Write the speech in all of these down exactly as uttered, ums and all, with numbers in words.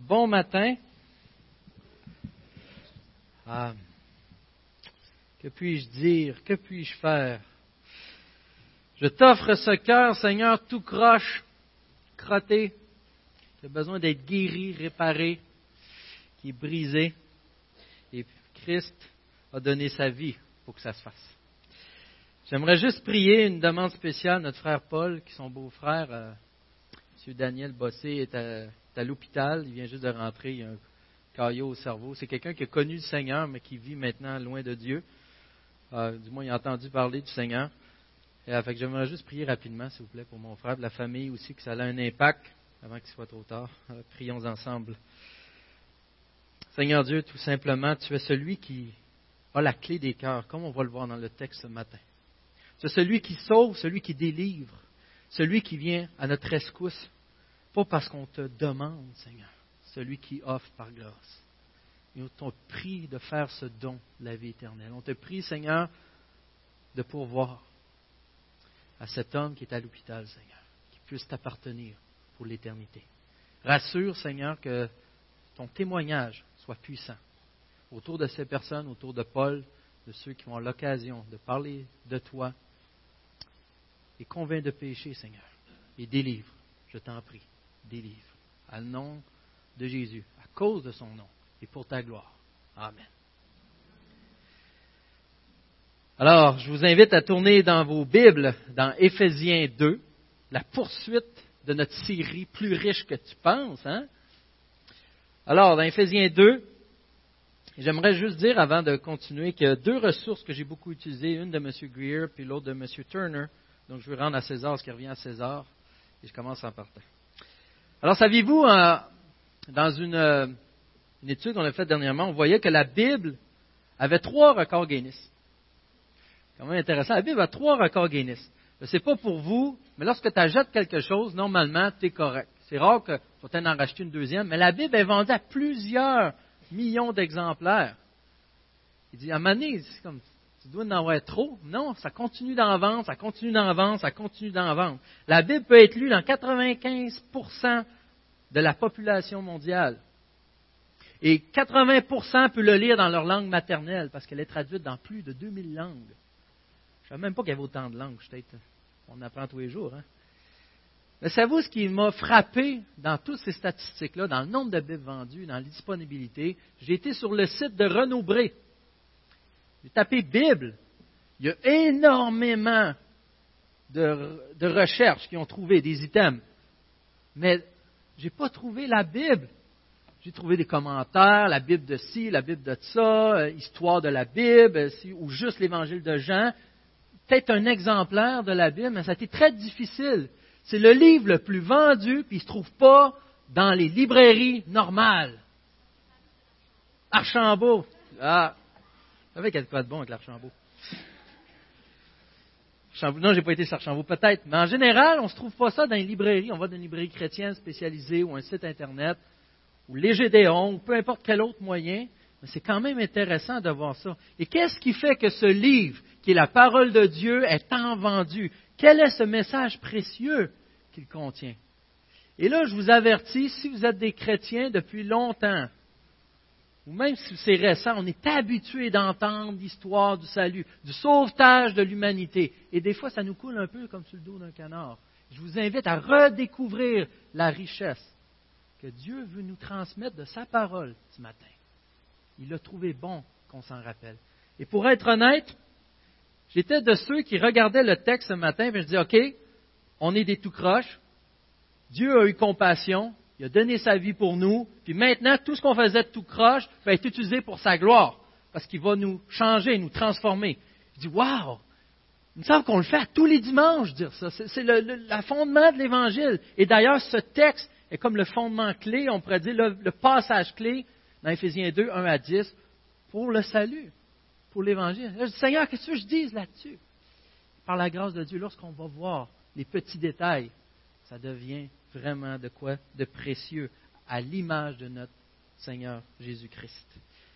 Bon matin. Ah, que puis-je dire? Que puis-je faire? Je t'offre ce cœur, Seigneur, tout croche, crotté, qui a besoin d'être guéri, réparé, qui est brisé. Et Christ a donné sa vie pour que ça se fasse. J'aimerais juste prier une demande spéciale. Notre frère Paul, qui est son beau-frère, euh, M. Daniel Bossé, est à, est à l'hôpital. Il vient juste de rentrer. Il a un caillot au cerveau. C'est quelqu'un qui a connu le Seigneur, mais qui vit maintenant loin de Dieu. Euh, du moins, il a entendu parler du Seigneur. Et, euh, fait que j'aimerais juste prier rapidement, s'il vous plaît, pour mon frère, de la famille aussi, que ça ait un impact avant qu'il soit trop tard. Euh, prions ensemble. Seigneur Dieu, tout simplement, tu es celui qui a la clé des cœurs, comme on va le voir dans le texte ce matin. C'est celui qui sauve, celui qui délivre, celui qui vient à notre rescousse, pas parce qu'on te demande, Seigneur, celui qui offre par grâce. Et on te prie de faire ce don de la vie éternelle. On te prie, Seigneur, de pourvoir à cet homme qui est à l'hôpital, Seigneur, qui puisse t'appartenir pour l'éternité. Rassure, Seigneur, que ton témoignage soit puissant autour de ces personnes, autour de Paul, de ceux qui ont l'occasion de parler de toi. Et convainc de péché, Seigneur. Et délivre, je t'en prie, délivre. À le nom de Jésus, à cause de son nom, et pour ta gloire. Amen. Alors, je vous invite à tourner dans vos Bibles, dans Éphésiens deux, la poursuite de notre série Plus riche que tu penses. Hein? Alors, dans Éphésiens deux, j'aimerais juste dire, avant de continuer, qu'il y a deux ressources que j'ai beaucoup utilisées, une de M. Greer, puis l'autre de M. Turner. Donc, je vais rendre à César ce qui revient à César, et je commence en partant. Alors, saviez-vous, dans une, une étude qu'on a faite dernièrement, on voyait que la Bible avait trois records Guinness. C'est quand même intéressant. La Bible a trois records Guinness. Ce n'est pas pour vous, mais lorsque tu achètes quelque chose, normalement, tu es correct. C'est rare que tu vas peut-être en racheter une deuxième, mais la Bible est vendue à plusieurs millions d'exemplaires. Il dit, à un moment donné, c'est comme, tu dois en avoir trop. Non, ça continue d'en vendre, ça continue d'en vendre, ça continue d'en vendre. La Bible peut être lue dans quatre-vingt-quinze pour cent de la population mondiale. Et quatre-vingts pour cent peut le lire dans leur langue maternelle, parce qu'elle est traduite dans plus de deux mille langues. Je ne savais même pas qu'il y avait autant de langues. On apprend tous les jours. Hein? Mais savez-vous ce qui m'a frappé dans toutes ces statistiques-là, dans le nombre de Bibles vendues, dans la disponibilité? J'ai été sur le site de Renaud Bré. J'ai tapé Bible. Il y a énormément de, de recherches qui ont trouvé des items. Mais je n'ai pas trouvé la Bible. J'ai trouvé des commentaires, la Bible de ci, la Bible de ça, euh, histoire de la Bible, ou juste l'Évangile de Jean. Peut-être un exemplaire de la Bible, mais ça a été très difficile. C'est le livre le plus vendu, puis il ne se trouve pas dans les librairies normales. Archambault. Ah, vous savez qu'il y a quoi de bon avec l'Archambault. Archambault. Non, je n'ai pas été sur Archambault, peut-être. Mais en général, on ne se trouve pas ça dans les librairies. On va dans une librairie chrétienne spécialisée ou un site Internet, ou les Gédéons, ou peu importe quel autre moyen. Mais c'est quand même intéressant de voir ça. Et qu'est-ce qui fait que ce livre, qui est la parole de Dieu, est tant vendu? Quel est ce message précieux qu'il contient? Et là, je vous avertis, si vous êtes des chrétiens depuis longtemps, ou même si c'est récent, on est habitué d'entendre l'histoire du salut, du sauvetage de l'humanité. Et des fois, ça nous coule un peu comme sur le dos d'un canard. Je vous invite à redécouvrir la richesse que Dieu veut nous transmettre de sa parole ce matin. Il a trouvé bon qu'on s'en rappelle. Et pour être honnête, j'étais de ceux qui regardaient le texte ce matin, et je dis, OK, on est des tout croches. Dieu a eu compassion, il a donné sa vie pour nous, puis maintenant, tout ce qu'on faisait de tout croche va être utilisé pour sa gloire, parce qu'il va nous changer, nous transformer. Je dis, wow! Il me semble qu'on le fait à tous les dimanches, dire ça. C'est, c'est le, le, le fondement de l'Évangile. Et d'ailleurs, ce texte est comme le fondement clé, on pourrait dire le, le passage clé dans Éphésiens deux, un à dix, pour le salut, pour l'Évangile. Je dis, Seigneur, qu'est-ce que je dise là-dessus? Par la grâce de Dieu, lorsqu'on va voir les petits détails, ça devient vraiment de quoi? De précieux, à l'image de notre Seigneur Jésus-Christ.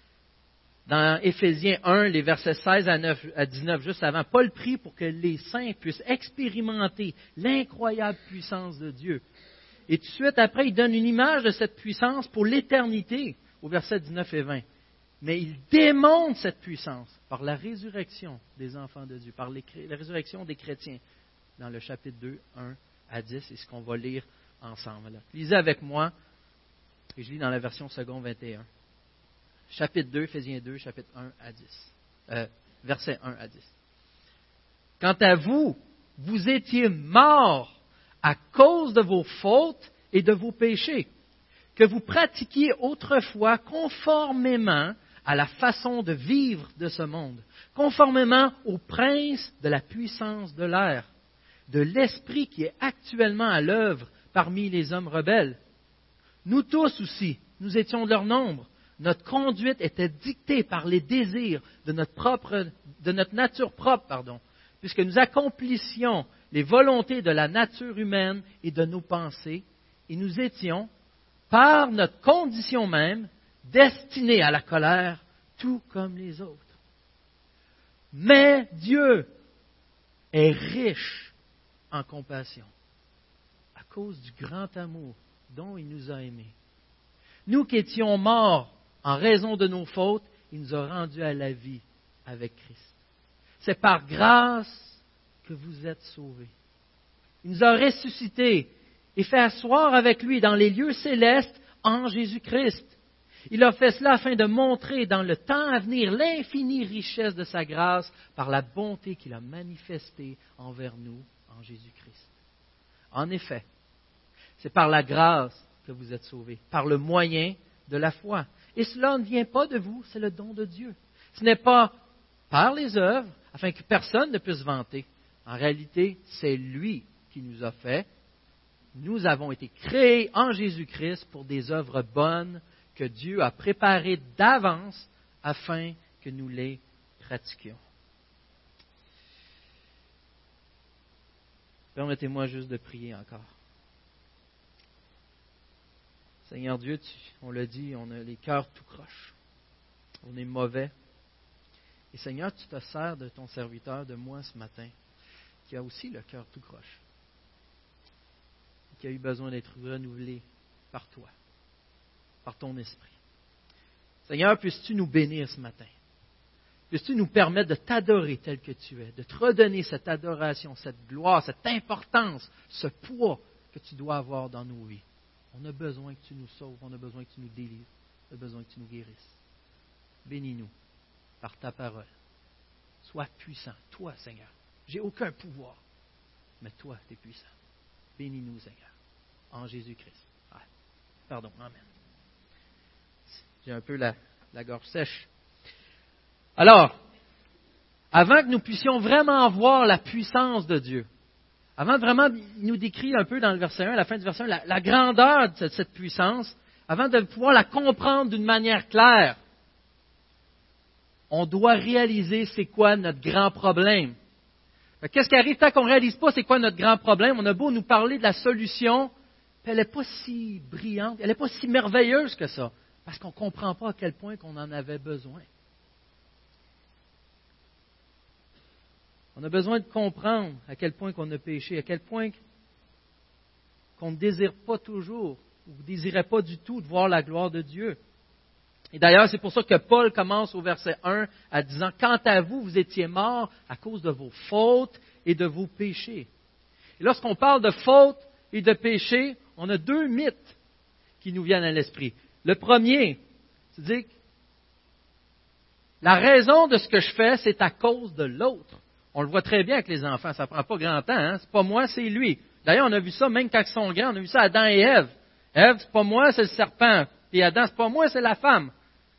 Dans Éphésiens un, les versets seize à dix-neuf, juste avant, Paul prie pour que les saints puissent expérimenter l'incroyable puissance de Dieu. Et tout de suite après, il donne une image de cette puissance pour l'éternité, au verset dix-neuf et vingt. Mais il démontre cette puissance par la résurrection des enfants de Dieu, par les, la résurrection des chrétiens, dans le chapitre deux, un à dix, et ce qu'on va lire ensemble. Alors, lisez avec moi, et je lis dans la version seconde vingt et un. Chapitre deux, Éphésiens deux, chapitre un à dix. Euh, verset un à dix. Quant à vous, vous étiez morts à cause de vos fautes et de vos péchés, que vous pratiquiez autrefois conformément à la façon de vivre de ce monde, conformément au prince de la puissance de l'air, de l'esprit qui est actuellement à l'œuvre parmi les hommes rebelles. Nous tous aussi, nous étions de leur nombre. Notre conduite était dictée par les désirs de notre, propre, de notre nature propre, pardon, puisque nous accomplissions les volontés de la nature humaine et de nos pensées, et nous étions, par notre condition même, destinés à la colère, tout comme les autres. Mais Dieu est riche en compassion, à cause du grand amour dont il nous a aimés. Nous qui étions morts en raison de nos fautes, il nous a rendus à la vie avec Christ. C'est par grâce que vous êtes sauvés. Il nous a ressuscités et fait asseoir avec lui dans les lieux célestes en Jésus-Christ. Il a fait cela afin de montrer dans le temps à venir l'infinie richesse de sa grâce par la bonté qu'il a manifestée envers nous en Jésus-Christ. En effet, c'est par la grâce que vous êtes sauvés, par le moyen de la foi. Et cela ne vient pas de vous, c'est le don de Dieu. Ce n'est pas par les œuvres, afin que personne ne puisse se vanter. En réalité, c'est lui qui nous a fait. Nous avons été créés en Jésus-Christ pour des œuvres bonnes que Dieu a préparées d'avance afin que nous les pratiquions. Permettez-moi juste de prier encore. Seigneur Dieu, tu, on l'a dit, on a les cœurs tout croches. On est mauvais. Et Seigneur, tu te sers de ton serviteur, de moi ce matin, qui a aussi le cœur tout croche, qui a eu besoin d'être renouvelé par toi, par ton esprit. Seigneur, puisses-tu nous bénir ce matin? Puisses-tu nous permettre de t'adorer tel que tu es, de te redonner cette adoration, cette gloire, cette importance, ce poids que tu dois avoir dans nos vies. On a besoin que tu nous sauves, on a besoin que tu nous délivres, on a besoin que tu nous guérisses. Bénis-nous par ta parole. Sois puissant, toi, Seigneur. J'ai aucun pouvoir, mais toi, tu es puissant. Bénis-nous, Seigneur, en Jésus-Christ. Ah, pardon, amen. J'ai un peu la, la gorge sèche. Alors, avant que nous puissions vraiment voir la puissance de Dieu, avant de vraiment nous décrire un peu dans le verset un, à la fin du verset un, la, la grandeur de cette, cette puissance, avant de pouvoir la comprendre d'une manière claire, on doit réaliser c'est quoi notre grand problème. Qu'est-ce qui arrive tant qu'on ne réalise pas c'est quoi notre grand problème? On a beau nous parler de la solution, elle n'est pas si brillante, elle n'est pas si merveilleuse que ça, parce qu'on ne comprend pas à quel point qu'on en avait besoin. On a besoin de comprendre à quel point qu'on a péché, à quel point qu'on ne désire pas toujours, ou ne désirait pas du tout de voir la gloire de Dieu. Et d'ailleurs, c'est pour ça que Paul commence au verset un en disant « Quant à vous, vous étiez morts à cause de vos fautes et de vos péchés. » Et lorsqu'on parle de fautes et de péchés, on a deux mythes qui nous viennent à l'esprit. Le premier, c'est dire que la raison de ce que je fais, c'est à cause de l'autre. On le voit très bien avec les enfants, ça ne prend pas grand temps. Hein? C'est pas moi, c'est lui. D'ailleurs, on a vu ça même quand ils sont grands, on a vu ça à Adam et Ève. Ève, c'est pas moi, c'est le serpent. Et Adam, c'est pas moi, c'est la femme.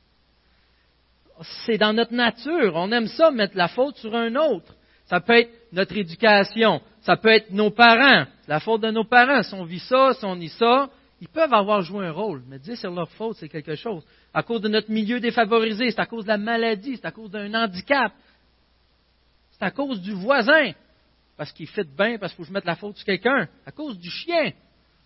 C'est dans notre nature. On aime ça, mettre la faute sur un autre. Ça peut être notre éducation. Ça peut être nos parents. C'est la faute de nos parents. Si on vit ça, si on dit ça, ils peuvent avoir joué un rôle. Mais dire c'est leur faute, c'est quelque chose. À cause de notre milieu défavorisé, c'est à cause de la maladie, c'est à cause d'un handicap. C'est à cause du voisin, parce qu'il fait bien, parce qu'il faut que je mette la faute sur quelqu'un. À cause du chien. Mais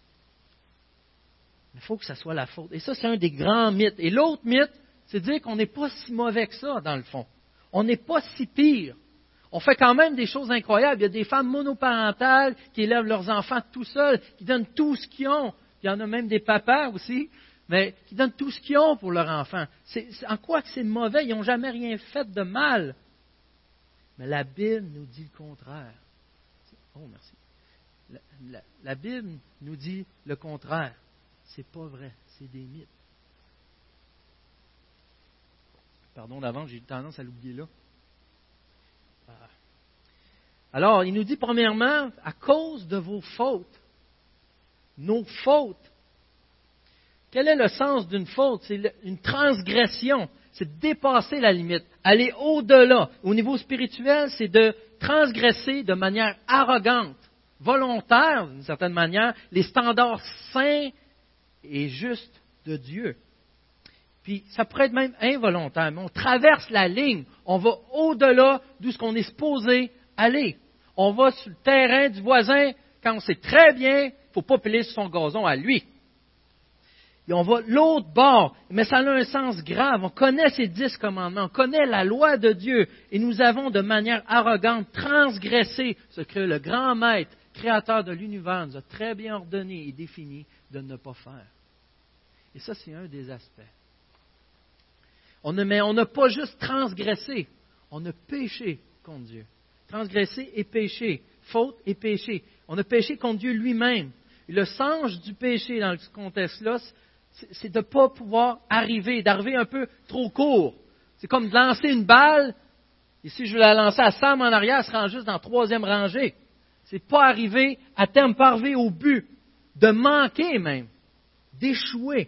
il faut que ça soit la faute. Et ça, c'est un des grands mythes. Et l'autre mythe, c'est de dire qu'on n'est pas si mauvais que ça, dans le fond. On n'est pas si pire. on fait quand même des choses incroyables. Il y a des femmes monoparentales qui élèvent leurs enfants tout seuls, qui donnent tout ce qu'ils ont. Il y en a même des papas aussi, mais qui donnent tout ce qu'ils ont pour leurs enfants. C'est, c'est, en quoi que c'est mauvais? Ils n'ont jamais rien fait de mal. Mais la Bible nous dit le contraire. Oh, merci. La, la, la Bible nous dit le contraire. C'est pas vrai, c'est des mythes. Pardon d'avance, j'ai eu tendance à l'oublier là. Alors, il nous dit premièrement, à cause de vos fautes, nos fautes. Quel est le sens d'une faute? C'est une transgression, c'est dépasser la limite, aller au-delà. Au niveau spirituel, c'est de transgresser de manière arrogante, volontaire, d'une certaine manière, les standards saints et justes de Dieu. Puis ça pourrait être même involontaire, mais on traverse la ligne, on va au-delà d'où ce qu'on est supposé aller. On va sur le terrain du voisin quand on sait très bien qu'il ne faut pas piler sur son gazon à lui. Et on va l'autre bord, mais ça a un sens grave. On connaît ces dix commandements, on connaît la loi de Dieu, et nous avons de manière arrogante transgressé ce que le grand maître, créateur de l'univers, nous a très bien ordonné et défini de ne pas faire. Et ça, c'est un des aspects. On ne, mais on n'a pas juste transgressé, on a péché contre Dieu. Transgressé et péché, faute et péché. On a péché contre Dieu lui-même. Et le sens du péché dans ce contexte-là, c'est de ne pas pouvoir arriver, d'arriver un peu trop court. C'est comme de lancer une balle, et si je la lançais à Sam en arrière, elle se rend juste dans la troisième rangée. C'est pas arriver à terme, pas arriver au but, de manquer même, d'échouer,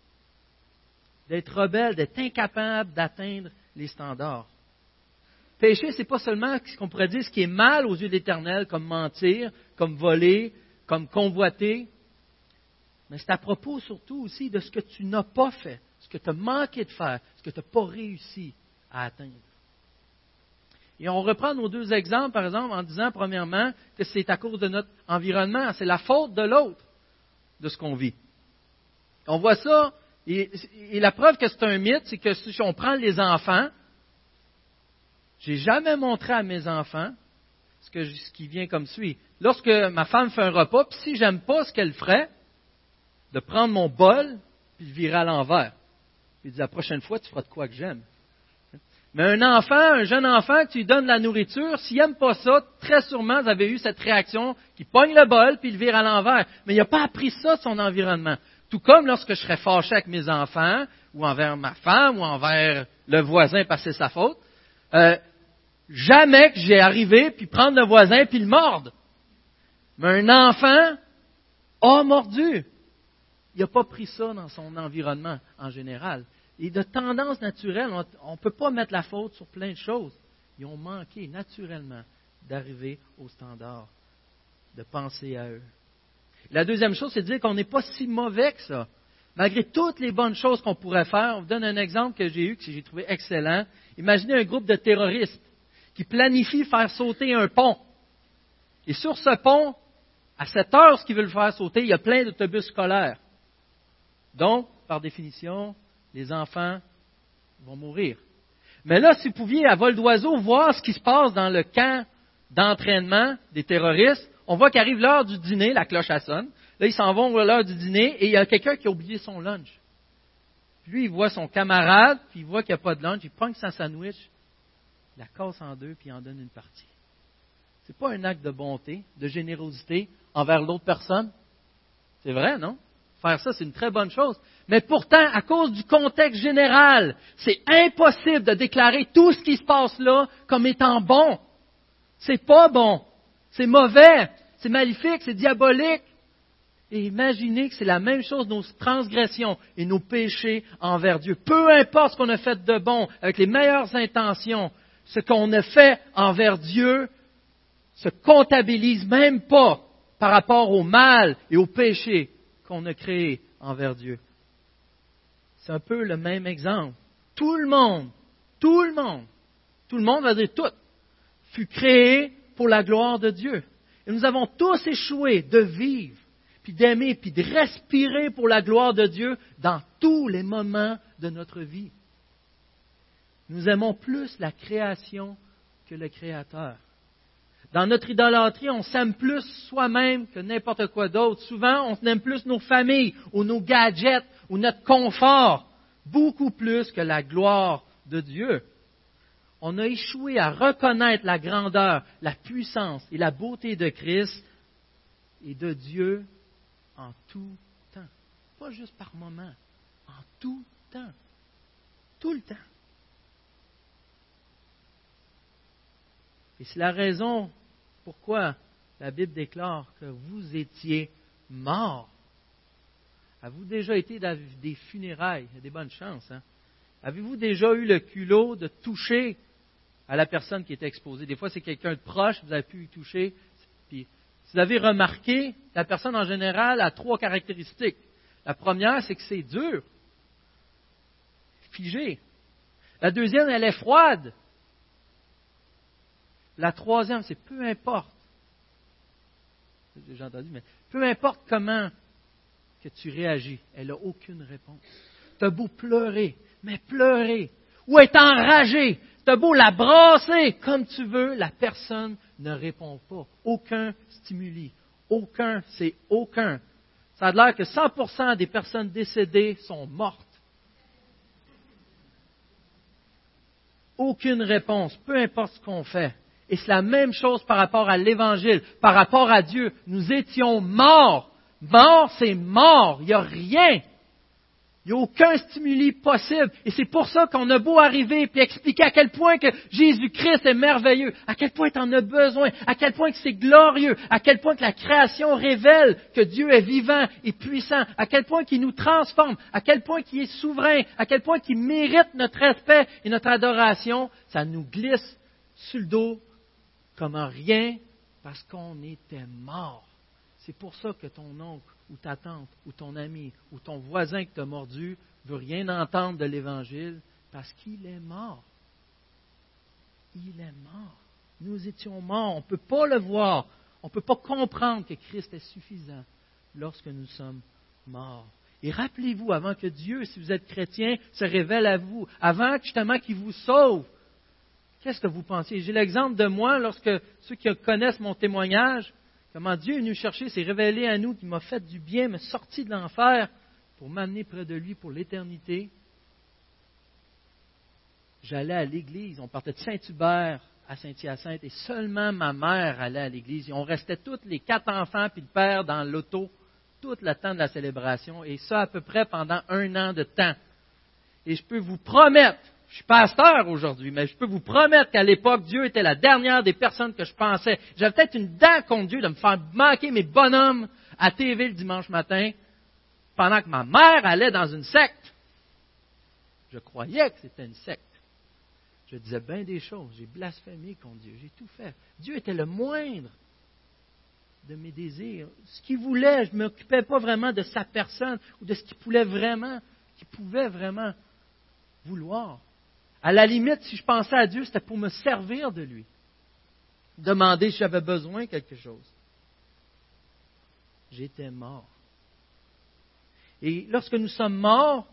d'être rebelle, d'être incapable d'atteindre les standards. Péché, c'est pas seulement ce qu'on pourrait dire ce qui est mal aux yeux de l'Éternel, comme mentir, comme voler, comme convoiter, mais c'est à propos surtout aussi de ce que tu n'as pas fait, ce que tu as manqué de faire, ce que tu n'as pas réussi à atteindre. Et on reprend nos deux exemples, par exemple, en disant, premièrement, que c'est à cause de notre environnement, c'est la faute de l'autre, de ce qu'on vit. On voit ça, et, et la preuve que c'est un mythe, c'est que si on prend les enfants, j'ai jamais montré à mes enfants ce, que, ce qui vient comme suit. Lorsque ma femme fait un repas, puis si j'aime pas ce qu'elle ferait, de prendre mon bol, puis le virer à l'envers. Puis la prochaine fois, tu feras de quoi que j'aime. Mais un enfant, un jeune enfant, que tu lui donnes de la nourriture, s'il n'aime pas ça, très sûrement, vous avez eu cette réaction, qui pogne le bol, puis il le vire à l'envers. Mais il n'a pas appris ça de son environnement. Tout comme lorsque je serais fâché avec mes enfants, ou envers ma femme, ou envers le voisin parce que c'est sa faute, euh, jamais que j'ai arrivé, puis prendre le voisin, puis le mordre. Mais un enfant a mordu. Il n'a pas pris ça dans son environnement en général. Et de tendance naturelle, on ne peut pas mettre la faute sur plein de choses. Ils ont manqué naturellement d'arriver au standard, de penser à eux. La deuxième chose, c'est de dire qu'on n'est pas si mauvais que ça. Malgré toutes les bonnes choses qu'on pourrait faire, on vous donne un exemple que j'ai eu, que j'ai trouvé excellent. Imaginez un groupe de terroristes qui planifient faire sauter un pont. Et sur ce pont, à cette heure, ce qu'ils veulent faire sauter, il y a plein d'autobus scolaires. Donc, par définition, les enfants vont mourir. Mais là, si vous pouviez, à vol d'oiseau, voir ce qui se passe dans le camp d'entraînement des terroristes, on voit qu'arrive l'heure du dîner, la cloche sonne. Là, ils s'en vont à l'heure du dîner et il y a quelqu'un qui a oublié son lunch. Puis lui, il voit son camarade, puis il voit qu'il n'y a pas de lunch, il prend son sandwich, il la casse en deux, puis il en donne une partie. Ce n'est pas un acte de bonté, de générosité envers l'autre personne. C'est vrai, non? Faire ça, c'est une très bonne chose. Mais pourtant, à cause du contexte général, c'est impossible de déclarer tout ce qui se passe là comme étant bon. C'est pas bon. C'est mauvais. C'est maléfique. C'est diabolique. Et imaginez que c'est la même chose, nos transgressions et nos péchés envers Dieu. Peu importe ce qu'on a fait de bon, avec les meilleures intentions, ce qu'on a fait envers Dieu se comptabilise même pas par rapport au mal et au péché qu'on a créé envers Dieu. C'est un peu le même exemple. Tout le monde, tout le monde, tout le monde va dire tout, fut créé pour la gloire de Dieu. Et nous avons tous échoué de vivre, puis d'aimer, puis de respirer pour la gloire de Dieu dans tous les moments de notre vie. Nous aimons plus la création que le Créateur. Dans notre idolâtrie, on s'aime plus soi-même que n'importe quoi d'autre. Souvent, on aime plus nos familles ou nos gadgets ou notre confort, beaucoup plus que la gloire de Dieu. On a échoué à reconnaître la grandeur, la puissance et la beauté de Christ et de Dieu en tout temps. Pas juste par moment, en tout temps. Tout le temps. Et c'est la raison pourquoi la Bible déclare que vous étiez morts. Avez-vous déjà été dans des funérailles? Il y a des bonnes chances. Hein? Avez-vous déjà eu le culot de toucher à la personne qui était exposée? Des fois, c'est quelqu'un de proche, vous avez pu y toucher. Puis, si vous avez remarqué, la personne en général a trois caractéristiques. La première, c'est que c'est dur, figé. La deuxième, elle est froide. La troisième, c'est peu importe. J'ai entendu, mais peu importe comment que tu réagis, elle n'a aucune réponse. Tu as beau pleurer, mais pleurer, ou être enragé, tu as beau la brasser comme tu veux, la personne ne répond pas. Aucun stimuli, aucun, c'est aucun. Ça a l'air que cent pour cent des personnes décédées sont mortes. Aucune réponse, peu importe ce qu'on fait. Et c'est la même chose par rapport à l'Évangile, par rapport à Dieu. Nous étions morts. Mort, c'est mort. Il n'y a rien. Il n'y a aucun stimuli possible. Et c'est pour ça qu'on a beau arriver et expliquer à quel point que Jésus-Christ est merveilleux, à quel point tu en as besoin, à quel point que c'est glorieux, à quel point que la création révèle que Dieu est vivant et puissant, à quel point qu'il nous transforme, à quel point qu'il est souverain, à quel point qu'il mérite notre respect et notre adoration. Ça nous glisse sur le dos comme rien parce qu'on était mort. C'est pour ça que ton oncle ou ta tante ou ton ami ou ton voisin qui t'a mordu ne veut rien entendre de l'Évangile parce qu'il est mort. Il est mort. Nous étions morts. On ne peut pas le voir. On ne peut pas comprendre que Christ est suffisant lorsque nous sommes morts. Et rappelez-vous, avant que Dieu, si vous êtes chrétien, se révèle à vous, avant justement qu'il vous sauve, qu'est-ce que vous pensiez? J'ai l'exemple de moi, lorsque ceux qui connaissent mon témoignage, comment Dieu est venu chercher, s'est révélé à nous, qui m'a fait du bien, m'a sorti de l'enfer pour m'amener près de lui pour l'éternité. J'allais à l'église, on partait de Saint-Hubert à Saint-Hyacinthe et seulement ma mère allait à l'église. Et on restait tous les quatre enfants puis le père dans l'auto tout le temps de la célébration et ça à peu près pendant un an de temps. Et je peux vous promettre, je suis pasteur aujourd'hui, mais je peux vous promettre qu'à l'époque, Dieu était la dernière des personnes que je pensais. J'avais peut-être une dent contre Dieu de me faire manquer mes bonhommes à T V le dimanche matin, pendant que ma mère allait dans une secte. Je croyais que c'était une secte. Je disais bien des choses. J'ai blasphémé contre Dieu. J'ai tout fait. Dieu était le moindre de mes désirs. Ce qu'il voulait, je ne m'occupais pas vraiment de sa personne ou de ce qu'il pouvait vraiment, qu'il pouvait vraiment vouloir. À la limite, si je pensais à Dieu, c'était pour me servir de lui. Demander si j'avais besoin de quelque chose. J'étais mort. Et lorsque nous sommes morts,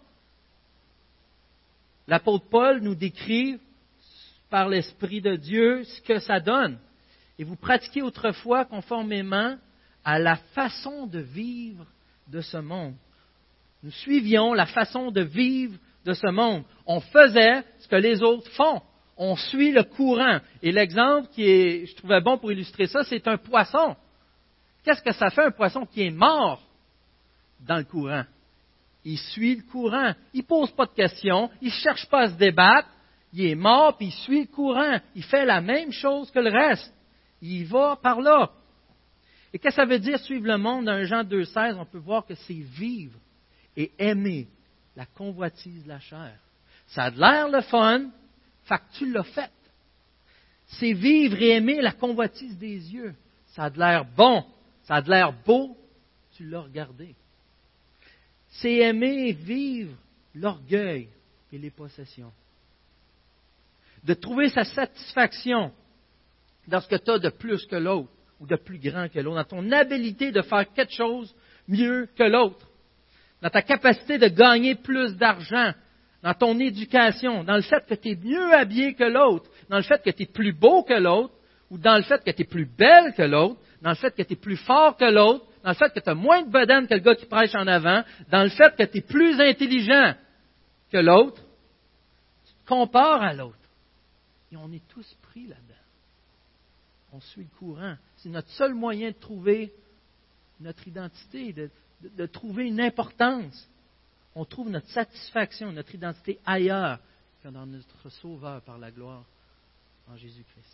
l'apôtre Paul nous décrit par l'Esprit de Dieu ce que ça donne. Et vous pratiquiez autrefois conformément à la façon de vivre de ce monde. Nous suivions la façon de vivre de ce monde. On faisait ce que les autres font. On suit le courant. Et l'exemple qui est, je trouvais bon pour illustrer ça, c'est un poisson. Qu'est-ce que ça fait un poisson qui est mort dans le courant? Il suit le courant. Il ne pose pas de questions. Il ne cherche pas à se débattre. Il est mort puis il suit le courant. Il fait la même chose que le reste. Il va par là. Et qu'est-ce que ça veut dire suivre le monde? Dans un Jean deux seize, on peut voir que c'est vivre et aimer la convoitise de la chair. Ça a l'air le fun, fait que tu l'as fait. C'est vivre et aimer la convoitise des yeux. Ça a l'air bon, ça a l'air beau, tu l'as regardé. C'est aimer et vivre l'orgueil et les possessions. De trouver sa satisfaction dans ce que tu as de plus que l'autre ou de plus grand que l'autre, dans ton habilité de faire quelque chose mieux que l'autre, dans ta capacité de gagner plus d'argent, dans ton éducation, dans le fait que tu es mieux habillé que l'autre, dans le fait que tu es plus beau que l'autre, ou dans le fait que tu es plus belle que l'autre, dans le fait que tu es plus fort que l'autre, dans le fait que tu as moins de bedaine que le gars qui prêche en avant, dans le fait que tu es plus intelligent que l'autre, tu te compares à l'autre. Et on est tous pris là-dedans. On suit le courant. C'est notre seul moyen de trouver notre identité, de, de, de trouver une importance. On trouve notre satisfaction, notre identité ailleurs que dans notre Sauveur par la gloire en Jésus-Christ.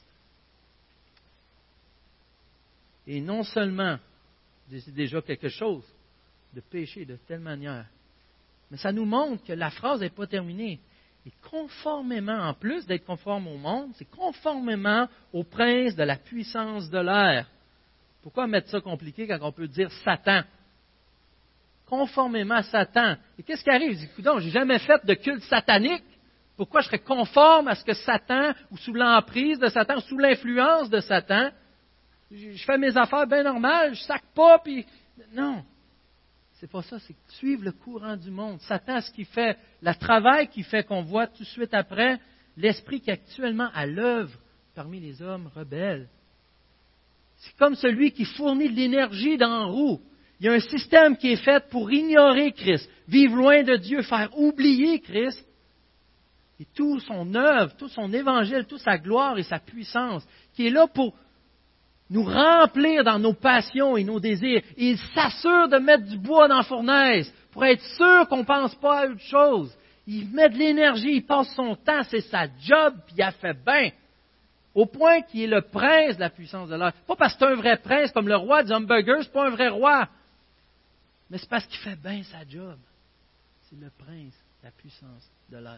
Et non seulement c'est déjà quelque chose de pécher de telle manière, mais ça nous montre que la phrase n'est pas terminée. Et conformément, en plus d'être conforme au monde, c'est conformément au prince de la puissance de l'air. Pourquoi mettre ça compliqué quand on peut dire Satan? Conformément à Satan. Et qu'est-ce qui arrive? Je dis, coudonc, j'ai jamais fait de culte satanique. Pourquoi je serais conforme à ce que Satan, ou sous l'emprise de Satan, ou sous l'influence de Satan, je fais mes affaires bien normales, je sac pas, puis... Non. C'est pas ça, c'est suivre le courant du monde. Satan, ce qu'il fait, le travail qu'il fait, qu'on voit tout de suite après, l'esprit qui est actuellement à l'œuvre parmi les hommes rebelles. C'est comme celui qui fournit de l'énergie dans la roue. Il y a un système qui est fait pour ignorer Christ, vivre loin de Dieu, faire oublier Christ. Et tout son œuvre, tout son évangile, toute sa gloire et sa puissance, qui est là pour nous remplir dans nos passions et nos désirs. Et il s'assure de mettre du bois dans la fournaise pour être sûr qu'on ne pense pas à autre chose. Il met de l'énergie, il passe son temps, c'est sa job, puis il a fait bien. Au point qu'il est le prince de la puissance de l'air. Pas parce que c'est un vrai prince, comme le roi des hamburgers, c'est pas un vrai roi. Mais c'est parce qu'il fait bien sa job. C'est le prince de la puissance de l'air,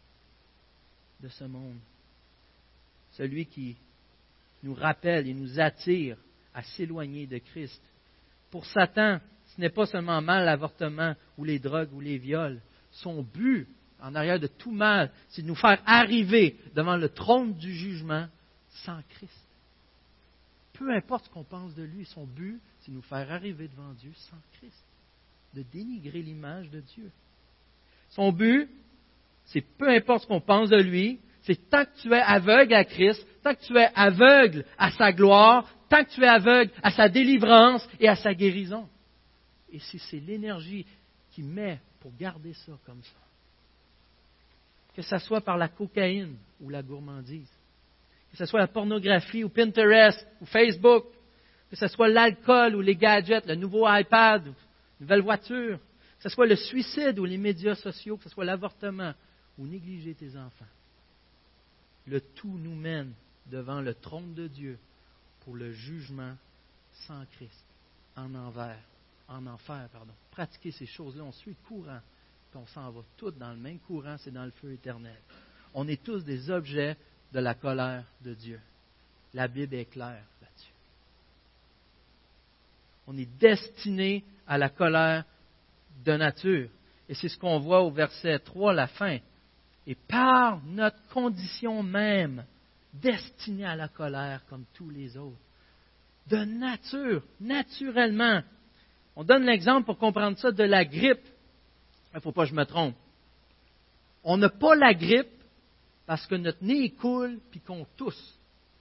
de ce monde. Celui qui nous rappelle et nous attire à s'éloigner de Christ. Pour Satan, ce n'est pas seulement mal l'avortement ou les drogues ou les viols. Son but, en arrière de tout mal, c'est de nous faire arriver devant le trône du jugement sans Christ. Peu importe ce qu'on pense de lui, son but, c'est de nous faire arriver devant Dieu sans Christ, de dénigrer l'image de Dieu. Son but, c'est peu importe ce qu'on pense de lui, c'est tant que tu es aveugle à Christ, tant que tu es aveugle à sa gloire, tant que tu es aveugle à sa délivrance et à sa guérison. Et c'est, c'est l'énergie qu'il met pour garder ça comme ça. Que ce soit par la cocaïne ou la gourmandise, que ce soit la pornographie ou Pinterest ou Facebook, que ce soit l'alcool ou les gadgets, le nouveau iPad, ou nouvelle voiture, que ce soit le suicide ou les médias sociaux, que ce soit l'avortement ou négliger tes enfants. Le tout nous mène devant le trône de Dieu pour le jugement sans Christ, en envers, en enfer, pardon. Pratiquer ces choses-là, on suit le courant, puis on s'en va tous dans le même courant, c'est dans le feu éternel. On est tous des objets de la colère de Dieu. La Bible est claire là-dessus. On est destiné à la colère de nature. Et c'est ce qu'on voit au verset trois, la fin. Et par notre condition même, destinée à la colère comme tous les autres. De nature, naturellement. On donne l'exemple pour comprendre ça de la grippe. Il ne faut pas que je me trompe. On n'a pas la grippe parce que notre nez coule puis qu'on tousse.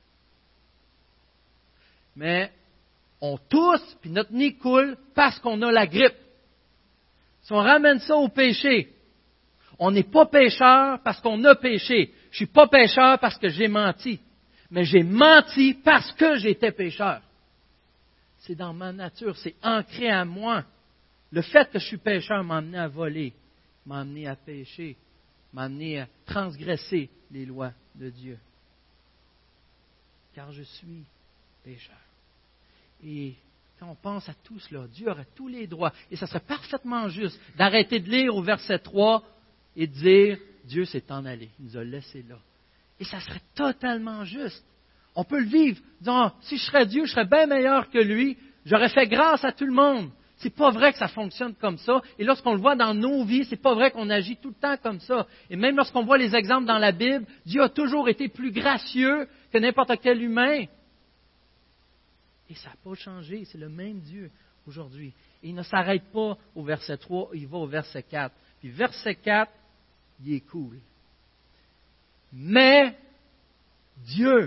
Mais on tousse puis notre nez coule parce qu'on a la grippe. Si on ramène ça au péché, on n'est pas pécheur parce qu'on a péché. Je ne suis pas pécheur parce que j'ai menti. Mais j'ai menti parce que j'étais pécheur. C'est dans ma nature, c'est ancré à moi. Le fait que je suis pécheur m'a amené à voler, m'a amené à pécher, m'a amené à transgresser les lois de Dieu. Car je suis pécheur. Et quand on pense à tout cela, Dieu aurait tous les droits. Et ça serait parfaitement juste d'arrêter de lire au verset trois et de dire, Dieu s'est en allé, il nous a laissés là. Et ça serait totalement juste. On peut le vivre, disant, si je serais Dieu, je serais bien meilleur que lui, j'aurais fait grâce à tout le monde. C'est pas vrai que ça fonctionne comme ça. Et lorsqu'on le voit dans nos vies, c'est pas vrai qu'on agit tout le temps comme ça. Et même lorsqu'on voit les exemples dans la Bible, Dieu a toujours été plus gracieux que n'importe quel humain. Et ça n'a pas changé, c'est le même Dieu aujourd'hui. Et il ne s'arrête pas au verset trois, il va au verset quatre. Puis verset quatre, il est cool. Mais Dieu.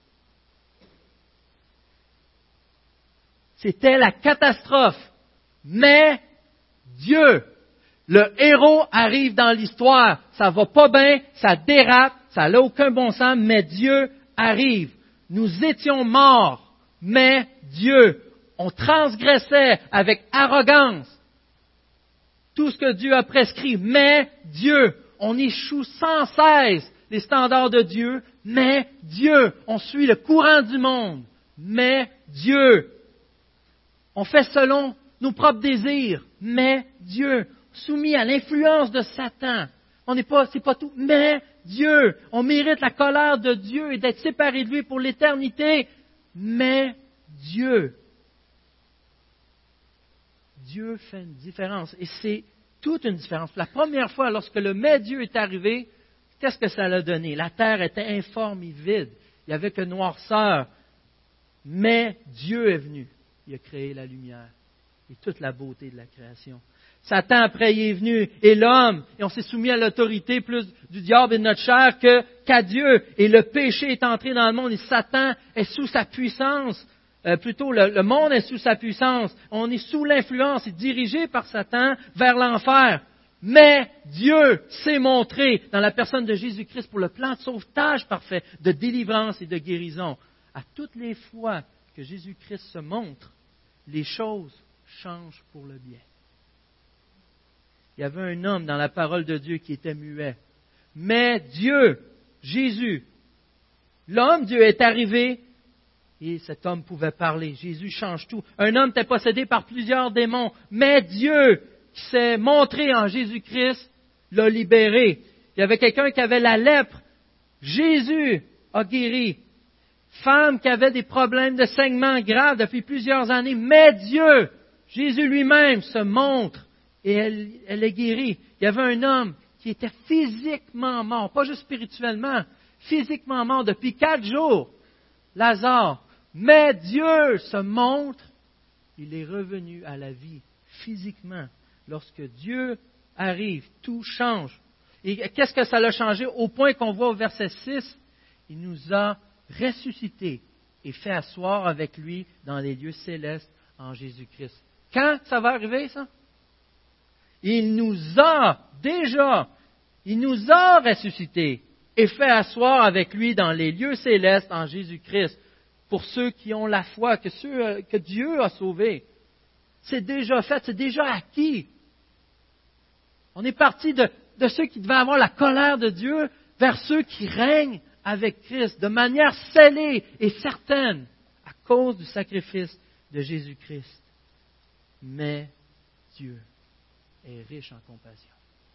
C'était la catastrophe. Mais Dieu. Le héros arrive dans l'histoire. Ça va pas bien, ça dérape, ça n'a aucun bon sens, mais Dieu arrive. Nous étions morts, mais Dieu. On transgressait avec arrogance tout ce que Dieu a prescrit, mais Dieu. On échoue sans cesse les standards de Dieu, mais Dieu. On suit le courant du monde, mais Dieu. On fait selon nos propres désirs, mais Dieu. Soumis à l'influence de Satan. On n'est pas, c'est pas tout, mais Dieu. On mérite la colère de Dieu et d'être séparé de lui pour l'éternité, mais Dieu. Dieu fait une différence. Et c'est toute une différence. La première fois, lorsque le mais Dieu est arrivé, qu'est-ce que ça a donné? La terre était informe et vide. Il n'y avait que noirceur. Mais Dieu est venu. Il a créé la lumière et toute la beauté de la création. Satan, après, il est venu, et l'homme, et on s'est soumis à l'autorité plus du diable et de notre chair que, qu'à Dieu. Et le péché est entré dans le monde, et Satan est sous sa puissance. Euh, plutôt, le, le monde est sous sa puissance. On est sous l'influence et dirigé par Satan vers l'enfer. Mais Dieu s'est montré dans la personne de Jésus-Christ pour le plan de sauvetage parfait, de délivrance et de guérison. À toutes les fois que Jésus-Christ se montre, les choses changent pour le bien. Il y avait un homme dans la parole de Dieu qui était muet. Mais Dieu, Jésus, l'homme Dieu est arrivé et cet homme pouvait parler. Jésus change tout. Un homme était possédé par plusieurs démons, mais Dieu, qui s'est montré en Jésus-Christ, l'a libéré. Il y avait quelqu'un qui avait la lèpre. Jésus a guéri. Femme qui avait des problèmes de saignement graves depuis plusieurs années, mais Dieu, Jésus lui-même, se montre. Et elle, elle est guérie. Il y avait un homme qui était physiquement mort, pas juste spirituellement, physiquement mort depuis quatre jours, Lazare. Mais Dieu se montre, il est revenu à la vie physiquement. Lorsque Dieu arrive, tout change. Et qu'est-ce que ça l'a changé? Au point qu'on voit au verset six, il nous a ressuscités et fait asseoir avec lui dans les lieux célestes en Jésus-Christ. Quand ça va arriver, ça? Il nous a déjà, il nous a ressuscités et fait asseoir avec lui dans les lieux célestes en Jésus-Christ. Pour ceux qui ont la foi, que, ceux, que Dieu a sauvés. C'est déjà fait, c'est déjà acquis. On est parti de, de ceux qui devaient avoir la colère de Dieu vers ceux qui règnent avec Christ de manière scellée et certaine à cause du sacrifice de Jésus-Christ. Mais Dieu est riche en compassion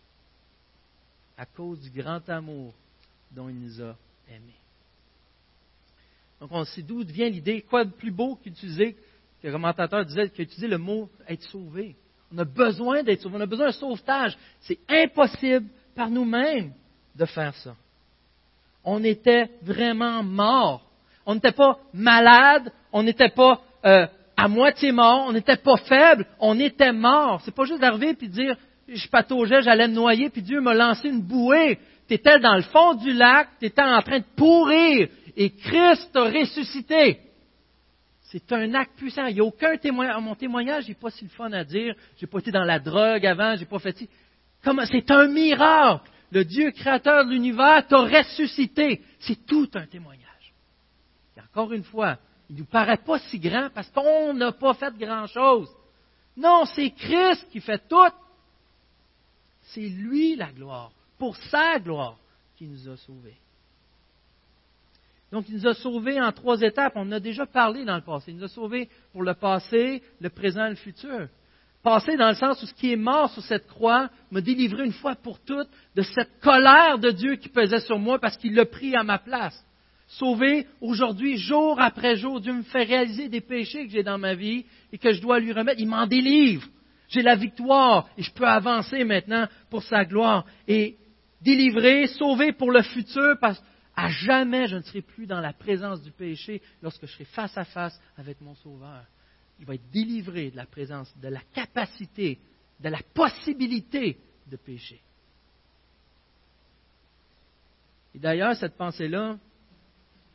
à cause du grand amour dont il nous a aimés. Donc on sait d'où vient l'idée, quoi de plus beau qu'utiliser, que le commentateur disait, qu'utiliser le mot être sauvé. On a besoin d'être sauvé, on a besoin d'un sauvetage. C'est impossible par nous-mêmes de faire ça. On était vraiment morts. On n'était pas malade, on n'était pas euh, à moitié mort, on n'était pas faible, on était mort. C'est pas juste d'arriver et de dire, je pataugeais, j'allais me noyer, puis Dieu m'a lancé une bouée. Tu étais dans le fond du lac, tu étais en train de pourrir, et Christ t'a ressuscité. C'est un acte puissant. Il n'y a aucun témoignage. Mon témoignage n'est pas si le fun à dire. Je n'ai pas été dans la drogue avant, j'ai pas fait ci. Comment? C'est un miracle. Le Dieu créateur de l'univers t'a ressuscité. C'est tout un témoignage. Et encore une fois, il ne nous paraît pas si grand parce qu'on n'a pas fait grand-chose. Non, c'est Christ qui fait tout. C'est lui la gloire, pour sa gloire, qui nous a sauvés. Donc, il nous a sauvés en trois étapes. On en a déjà parlé dans le passé. Il nous a sauvés pour le passé, le présent et le futur. Passé dans le sens où ce qui est mort sur cette croix m'a délivré une fois pour toutes de cette colère de Dieu qui pesait sur moi parce qu'il l'a pris à ma place. Sauvé aujourd'hui, jour après jour, Dieu me fait réaliser des péchés que j'ai dans ma vie et que je dois lui remettre. Il m'en délivre. J'ai la victoire et je peux avancer maintenant pour sa gloire. Et délivré, sauvé pour le futur parce à jamais je ne serai plus dans la présence du péché lorsque je serai face à face avec mon Sauveur. Il va être délivré de la présence, de la capacité, de la possibilité de pécher. Et d'ailleurs, cette pensée-là,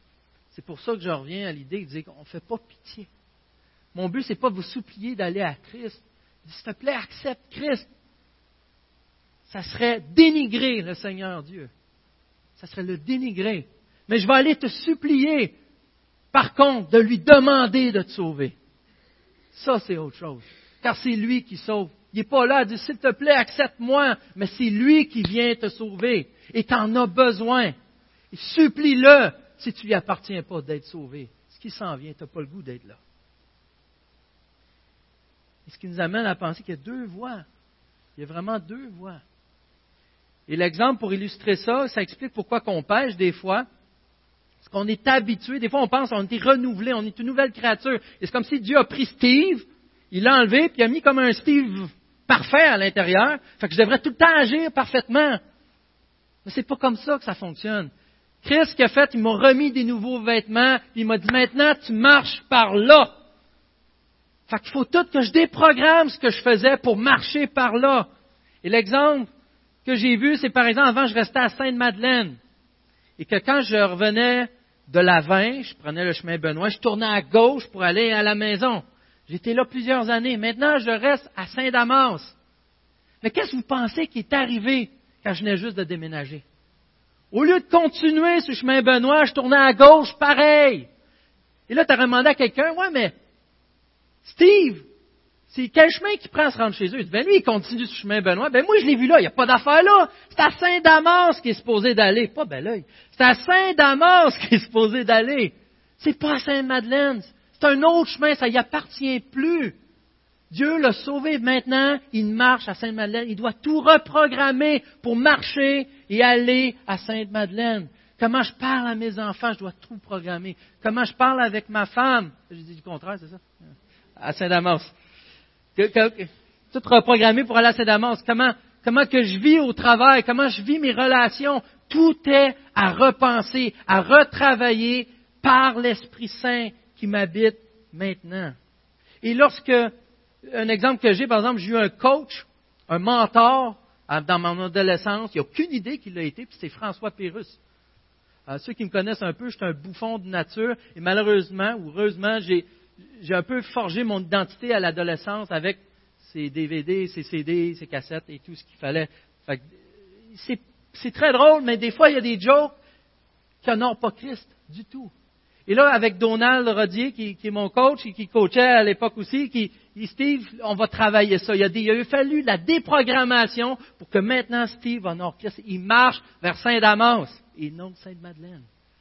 C'est pour ça que je reviens à l'idée de dire qu'on ne fait pas pitié. Mon but, ce n'est pas de vous supplier d'aller à Christ. S'il te plaît, accepte Christ. Ça serait dénigrer le Seigneur Dieu. Ça serait le dénigrer. Mais je vais aller te supplier, par contre, de lui demander de te sauver. Ça, c'est autre chose. Car c'est lui qui sauve. Il n'est pas là à dire, s'il te plaît, accepte-moi. Mais c'est lui qui vient te sauver. Et tu en as besoin. Et supplie-le si tu ne lui appartiens pas d'être sauvé. Ce qui s'en vient, tu n'as pas le goût d'être là. Et ce qui nous amène à penser qu'il y a deux voies. Il y a vraiment deux voies. Et l'exemple pour illustrer ça, ça explique pourquoi on pêche des fois. Parce qu'on est habitué, des fois on pense qu'on est renouvelé, on est une nouvelle créature. Et c'est comme si Dieu a pris Steve, il l'a enlevé, puis il a mis comme un Steve parfait à l'intérieur. Fait que je devrais tout le temps agir parfaitement. Mais c'est pas comme ça que ça fonctionne. Christ, ce qu'il a fait, il m'a remis des nouveaux vêtements, puis il m'a dit, maintenant tu marches par là. Fait qu'il faut tout que je déprogramme ce que je faisais pour marcher par là. Et l'exemple que j'ai vu, c'est par exemple, avant je restais à Sainte-Madeleine. Et que quand je revenais de la Vin, je prenais le chemin Benoît, je tournais à gauche pour aller à la maison. J'étais là plusieurs années. Maintenant, je reste à Saint-Damas. Mais qu'est-ce que vous pensez qui est arrivé quand je venais juste de déménager? Au lieu de continuer sur le chemin Benoît, je tournais à gauche, pareil. Et là, tu as demandé à quelqu'un, ouais, mais Steve, c'est quel chemin qu'il prend à se rendre chez eux? Il dit, ben lui, il continue sur le chemin Benoît. Ben moi, je l'ai vu là, il n'y a pas d'affaire là. C'est à Saint-Damas qu'il est supposé d'aller. Pas bel oeil. C'est à Saint-Damas qu'il est supposé d'aller. C'est pas à Sainte-Madeleine. C'est un autre chemin, ça y appartient plus. Dieu l'a sauvé maintenant, il marche à Sainte-Madeleine. Il doit tout reprogrammer pour marcher et aller à Sainte-Madeleine. Comment je parle à mes enfants, je dois tout programmer. Comment je parle avec ma femme. J'ai dit du contraire, c'est ça? À Saint-Damas. Que, que, tout reprogrammé pour aller à Saint-Damas. Comment, comment que je vis au travail, comment je vis mes relations. Tout est à repenser, à retravailler par l'Esprit Saint qui m'habite maintenant. Et lorsque, un exemple que j'ai, par exemple, j'ai eu un coach, un mentor dans mon adolescence, il n'y a aucune idée qu'il l'a été, puis c'est François Pérusse. Alors, ceux qui me connaissent un peu, je suis un bouffon de nature, et malheureusement, ou heureusement, j'ai, j'ai un peu forgé mon identité à l'adolescence avec ses D V D, ses C D, ses cassettes et tout ce qu'il fallait. Fait que c'est, c'est très drôle, mais des fois, il y a des jokes qui n'honorent pas Christ du tout. Et là, avec Donald Rodier, qui, qui est mon coach et qui coachait à l'époque aussi, qui dit, Steve, on va travailler ça. Il a, des, il a fallu la déprogrammation pour que maintenant Steve honore Christ. Il marche vers Saint-Damas et non Sainte-Madeleine.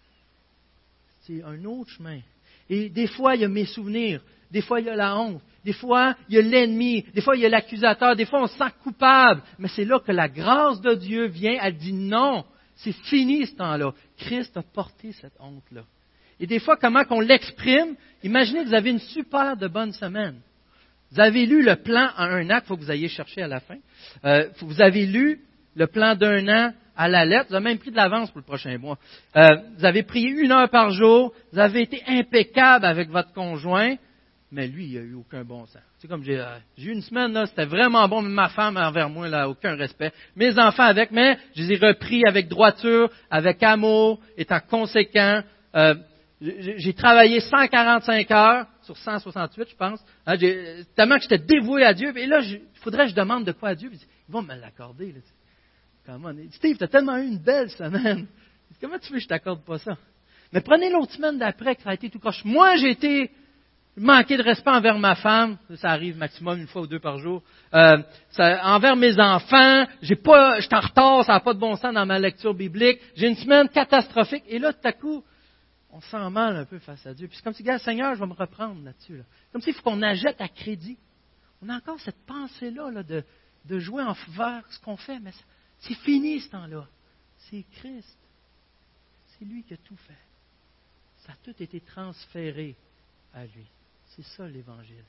C'est un autre chemin. Et des fois, il y a mes souvenirs. Des fois, il y a la honte. Des fois, il y a l'ennemi. Des fois, il y a l'accusateur. Des fois, on se sent coupable. Mais c'est là que la grâce de Dieu vient. Elle dit non. C'est fini ce temps-là. Christ a porté cette honte-là. Et des fois, comment qu'on l'exprime, imaginez que vous avez une super de bonne semaine. Vous avez lu le plan en un an, qu'il faut que vous ayez cherché à la fin. Euh, vous avez lu le plan d'un an à la lettre. Vous avez même pris de l'avance pour le prochain mois. Euh, vous avez prié une heure par jour. Vous avez été impeccable avec votre conjoint. Mais lui, il n'a eu aucun bon sens. C'est comme j'ai, euh, j'ai eu une semaine, là, c'était vraiment bon, mais ma femme envers moi, là, aucun respect. Mes enfants avec, mais je les ai repris avec droiture, avec amour, étant conséquent. Euh, J'ai travaillé cent quarante-cinq heures sur cent soixante-huit, je pense. Hein, j'ai, tellement que j'étais dévoué à Dieu. Et là, il faudrait que je demande de quoi à Dieu. Ils vont me l'accorder. Là. Comment? Steve, tu as tellement eu une belle semaine. Comment tu veux que je t'accorde pas ça? Mais prenez l'autre semaine d'après que ça a été tout croche. Moi, j'ai été manqué de respect envers ma femme. Ça arrive maximum une fois ou deux par jour. Euh, ça, envers mes enfants. J'ai pas, je suis en retard, ça n'a pas de bon sens dans ma lecture biblique. J'ai une semaine catastrophique. Et là, tout à coup, on se sent mal un peu face à Dieu. Puis c'est comme si, gars, Seigneur, je vais me reprendre là-dessus. Là. Comme s'il faut qu'on achète à crédit. On a encore cette pensée-là là, de, de jouer en faveur ce qu'on fait, mais c'est fini ce temps-là. C'est Christ. C'est lui qui a tout fait. Ça a tout été transféré à lui. C'est ça l'Évangile.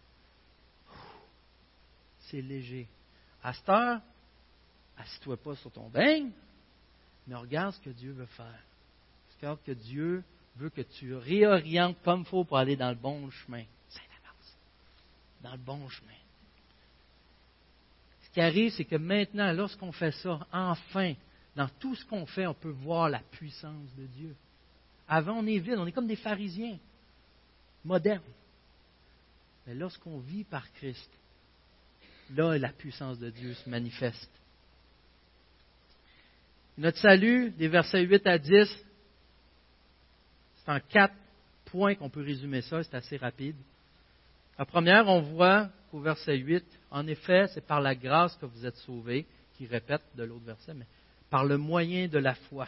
C'est léger. À cette heure, assis-toi pas sur ton bain, mais regarde ce que Dieu veut faire. Regarde que Dieu veut que tu réorientes comme il faut pour aller dans le bon chemin. Saint-Damas. Dans le bon chemin. Ce qui arrive, c'est que maintenant, lorsqu'on fait ça, enfin, dans tout ce qu'on fait, on peut voir la puissance de Dieu. Avant, on est vide, on est comme des pharisiens modernes. Mais lorsqu'on vit par Christ, là, la puissance de Dieu se manifeste. Notre salut, des versets huit à dix, c'est en quatre points qu'on peut résumer ça, c'est assez rapide. La première, on voit au verset huit, en effet, c'est par la grâce que vous êtes sauvés, qui répète de l'autre verset, mais par le moyen de la foi.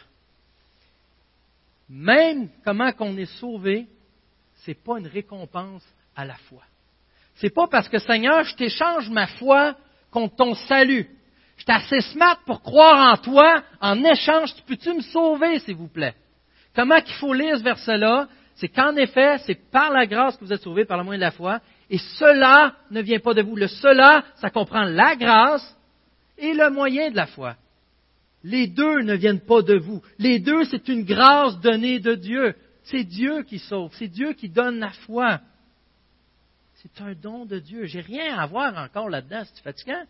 Même comment qu'on est sauvé, ce n'est pas une récompense à la foi. C'est pas parce que Seigneur, je t'échange ma foi contre ton salut. Je suis assez smart pour croire en toi. En échange, peux-tu me sauver, s'il vous plaît? Comment qu'il faut lire ce verset-là? C'est qu'en effet, c'est par la grâce que vous êtes sauvés, par le moyen de la foi. Et cela ne vient pas de vous. Le cela, ça comprend la grâce et le moyen de la foi. Les deux ne viennent pas de vous. Les deux, c'est une grâce donnée de Dieu. C'est Dieu qui sauve. C'est Dieu qui donne la foi. C'est un don de Dieu. J'ai rien à voir encore là-dedans. C'est fatigant.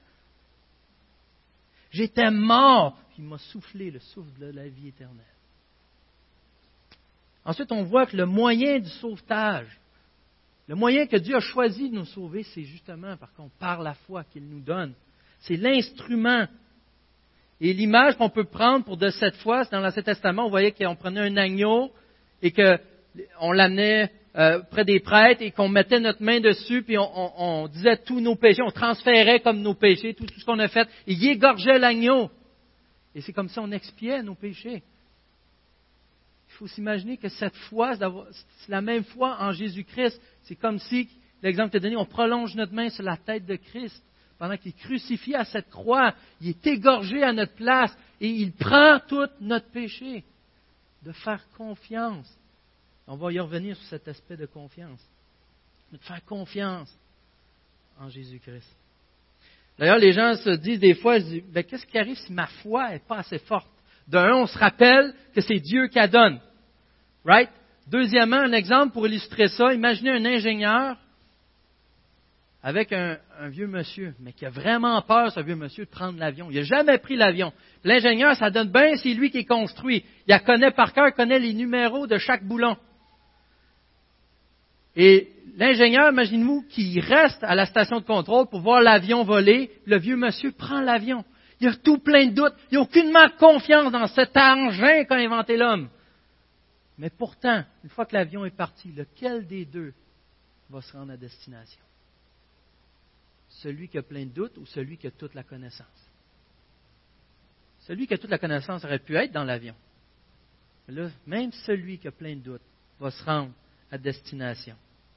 J'étais mort, puis il m'a soufflé le souffle de la vie éternelle. Ensuite, on voit que le moyen du sauvetage, le moyen que Dieu a choisi de nous sauver, c'est justement, par contre, par la foi qu'il nous donne. C'est l'instrument. Et l'image qu'on peut prendre pour de cette foi, c'est dans l'Ancien Testament, on voyait qu'on prenait un agneau et qu'on l'amenait euh, près des prêtres et qu'on mettait notre main dessus, puis on, on, on disait tous nos péchés, on transférait comme nos péchés, tout, tout ce qu'on a fait, et il égorgeait l'agneau. Et c'est comme ça qu'on expiait nos péchés. Il faut s'imaginer que cette foi, c'est la même foi en Jésus-Christ. C'est comme si, l'exemple que tu as donné, on prolonge notre main sur la tête de Christ. Pendant qu'il est crucifié à cette croix, il est égorgé à notre place et il prend tout notre péché. De faire confiance. On va y revenir sur cet aspect de confiance. De faire confiance en Jésus-Christ. D'ailleurs, les gens se disent des fois, je dis, ben, qu'est-ce qui arrive si ma foi n'est pas assez forte? D'un, on se rappelle que c'est Dieu qui la donne. Right? Deuxièmement, un exemple pour illustrer ça, imaginez un ingénieur avec un, un vieux monsieur, mais qui a vraiment peur, ce vieux monsieur, de prendre l'avion. Il n'a jamais pris l'avion. L'ingénieur, ça donne bien, c'est lui qui est construit. Il la connaît par cœur, il connaît les numéros de chaque boulon. Et l'ingénieur, imaginez-vous, qui reste à la station de contrôle pour voir l'avion voler, le vieux monsieur prend l'avion. Il a tout plein de doutes. Il n'a aucunement confiance dans cet engin qu'a inventé l'homme. Mais pourtant, une fois que l'avion est parti, lequel des deux va se rendre à destination? Celui qui a plein de doutes ou celui qui a toute la connaissance? Celui qui a toute la connaissance aurait pu être dans l'avion. Mais là, même celui qui a plein de doutes va se rendre à destination.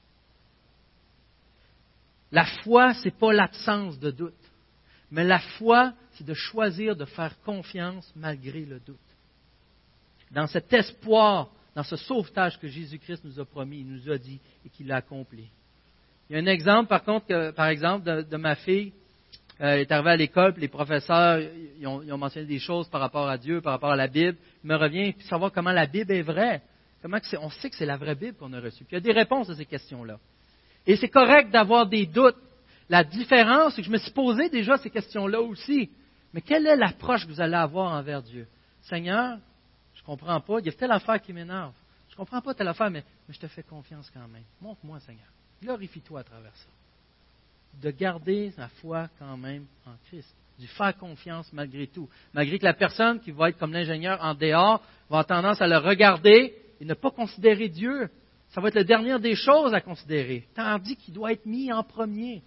La foi, ce n'est pas l'absence de doute. Mais la foi, c'est de choisir de faire confiance malgré le doute. Dans cet espoir, dans ce sauvetage que Jésus-Christ nous a promis, il nous a dit et qu'il a accompli. Il y a un exemple, par contre, que, par exemple, de, de ma fille. Euh, elle est arrivée à l'école, puis les professeurs ils ont, ils ont mentionné des choses par rapport à Dieu, par rapport à la Bible. Il me revient de savoir comment la Bible est vraie. Comment que c'est, on sait que c'est la vraie Bible qu'on a reçue. Puis il y a des réponses à ces questions-là. Et c'est correct d'avoir des doutes. La différence, c'est que je me suis posé déjà ces questions-là aussi. Mais quelle est l'approche que vous allez avoir envers Dieu? Seigneur, je ne comprends pas. Il y a telle affaire qui m'énerve. Je ne comprends pas telle affaire, mais, mais je te fais confiance quand même. Montre-moi, Seigneur. Glorifie-toi à travers ça. De garder la foi quand même en Christ. De faire confiance malgré tout. Malgré que la personne qui va être comme l'ingénieur en dehors va avoir tendance à le regarder et ne pas considérer Dieu. Ça va être la dernière des choses à considérer. Tandis qu'il doit être mis en premier.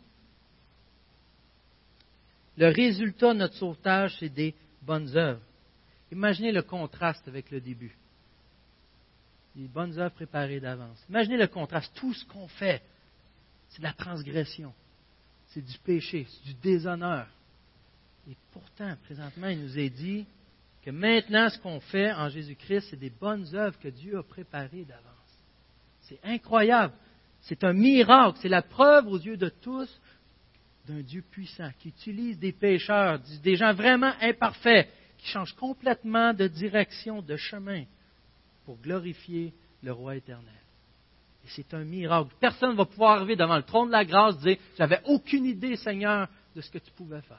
Le résultat de notre sauvetage, c'est des bonnes œuvres. Imaginez le contraste avec le début. Les bonnes œuvres préparées d'avance. Imaginez le contraste. Tout ce qu'on fait, c'est de la transgression. C'est du péché, c'est du déshonneur. Et pourtant, présentement, il nous est dit que maintenant, ce qu'on fait en Jésus-Christ, c'est des bonnes œuvres que Dieu a préparées d'avance. C'est incroyable. C'est un miracle. C'est la preuve aux yeux de tous d'un Dieu puissant qui utilise des pécheurs, des gens vraiment imparfaits, qui changent complètement de direction, de chemin pour glorifier le Roi éternel. Et c'est un miracle. Personne ne va pouvoir arriver devant le trône de la grâce et dire « J'avais aucune idée, Seigneur, de ce que tu pouvais faire. »